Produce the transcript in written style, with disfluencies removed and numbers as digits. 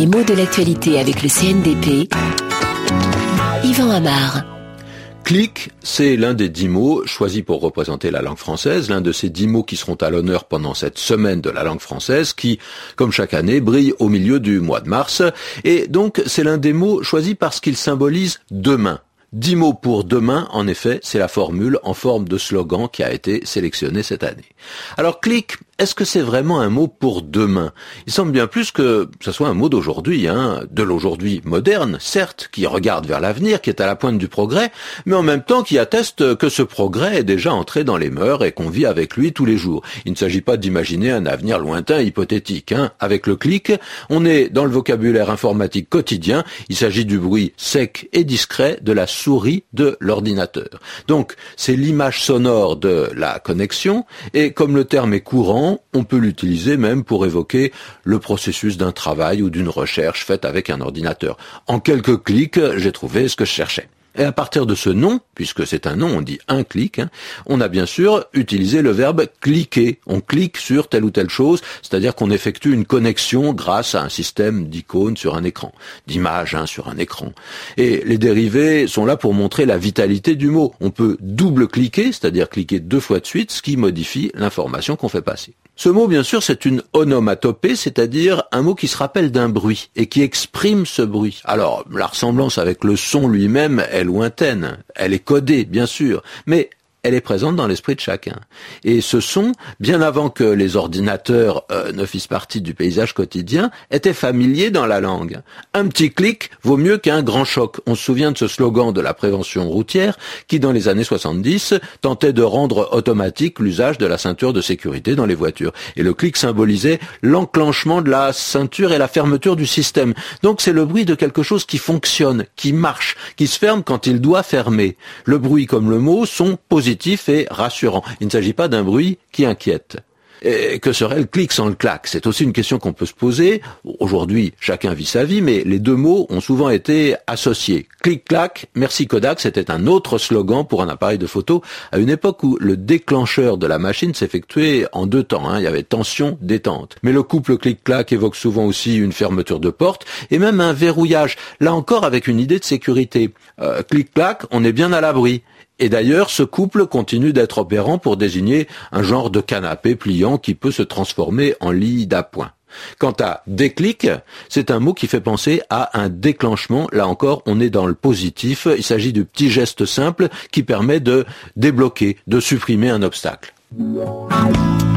Les mots de l'actualité avec le CNDP. Yvan Amar. Clic, c'est l'un des 10 mots choisis pour représenter la langue française, l'un de ces 10 mots qui seront à l'honneur pendant cette semaine de la langue française qui, comme chaque année, brille au milieu du mois de mars. Et donc, c'est l'un des mots choisis parce qu'il symbolise demain. 10 mots pour demain, en effet, c'est la formule en forme de slogan qui a été sélectionnée cette année. Alors, clic, est-ce que c'est vraiment un mot pour demain ? Il semble bien plus que ce soit un mot d'aujourd'hui, de l'aujourd'hui moderne, certes, qui regarde vers l'avenir, qui est à la pointe du progrès, mais en même temps qui atteste que ce progrès est déjà entré dans les mœurs et qu'on vit avec lui tous les jours. Il ne s'agit pas d'imaginer un avenir lointain, hypothétique. Avec le clic, on est dans le vocabulaire informatique quotidien, il s'agit du bruit sec et discret de la souris de l'ordinateur. Donc, c'est l'image sonore de la connexion, et comme le terme est courant, on peut l'utiliser même pour évoquer le processus d'un travail ou d'une recherche faite avec un ordinateur. En quelques clics, j'ai trouvé ce que je cherchais. Et à partir de ce nom, puisque c'est un nom, on dit un clic, on a bien sûr utilisé le verbe cliquer. On clique sur telle ou telle chose, c'est-à-dire qu'on effectue une connexion grâce à un système d'icônes sur un écran, d'images sur un écran. Et les dérivés sont là pour montrer la vitalité du mot. On peut double-cliquer, c'est-à-dire cliquer 2 fois de suite, ce qui modifie l'information qu'on fait passer. Ce mot, bien sûr, c'est une onomatopée, c'est-à-dire un mot qui se rappelle d'un bruit et qui exprime ce bruit. Alors, la ressemblance avec le son lui-même est lointaine, elle est codée, bien sûr, mais elle est présente dans l'esprit de chacun. Et ce son, bien avant que les ordinateurs ne fissent partie du paysage quotidien, était familier dans la langue. Un petit clic vaut mieux qu'un grand choc. On se souvient de ce slogan de la prévention routière qui, dans les années 70, tentait de rendre automatique l'usage de la ceinture de sécurité dans les voitures. Et le clic symbolisait l'enclenchement de la ceinture et la fermeture du système. Donc c'est le bruit de quelque chose qui fonctionne, qui marche, qui se ferme quand il doit fermer. Le bruit comme le mot sont positifs et rassurant. Il ne s'agit pas d'un bruit qui inquiète. Et que serait le clic sans le clac ? C'est aussi une question qu'on peut se poser. Aujourd'hui, chacun vit sa vie, mais les deux mots ont souvent été associés. Clic-clac, merci Kodak, c'était un autre slogan pour un appareil de photo à une époque où le déclencheur de la machine s'effectuait en 2 temps. Il y avait tension, détente. Mais le couple clic-clac évoque souvent aussi une fermeture de porte et même un verrouillage. Là encore avec une idée de sécurité. Clic-clac, on est bien à l'abri. Et d'ailleurs, ce couple continue d'être opérant pour désigner un genre de canapé pliant qui peut se transformer en lit d'appoint. Quant à déclic, c'est un mot qui fait penser à un déclenchement. Là encore, on est dans le positif. Il s'agit du petit geste simple qui permet de débloquer, de supprimer un obstacle.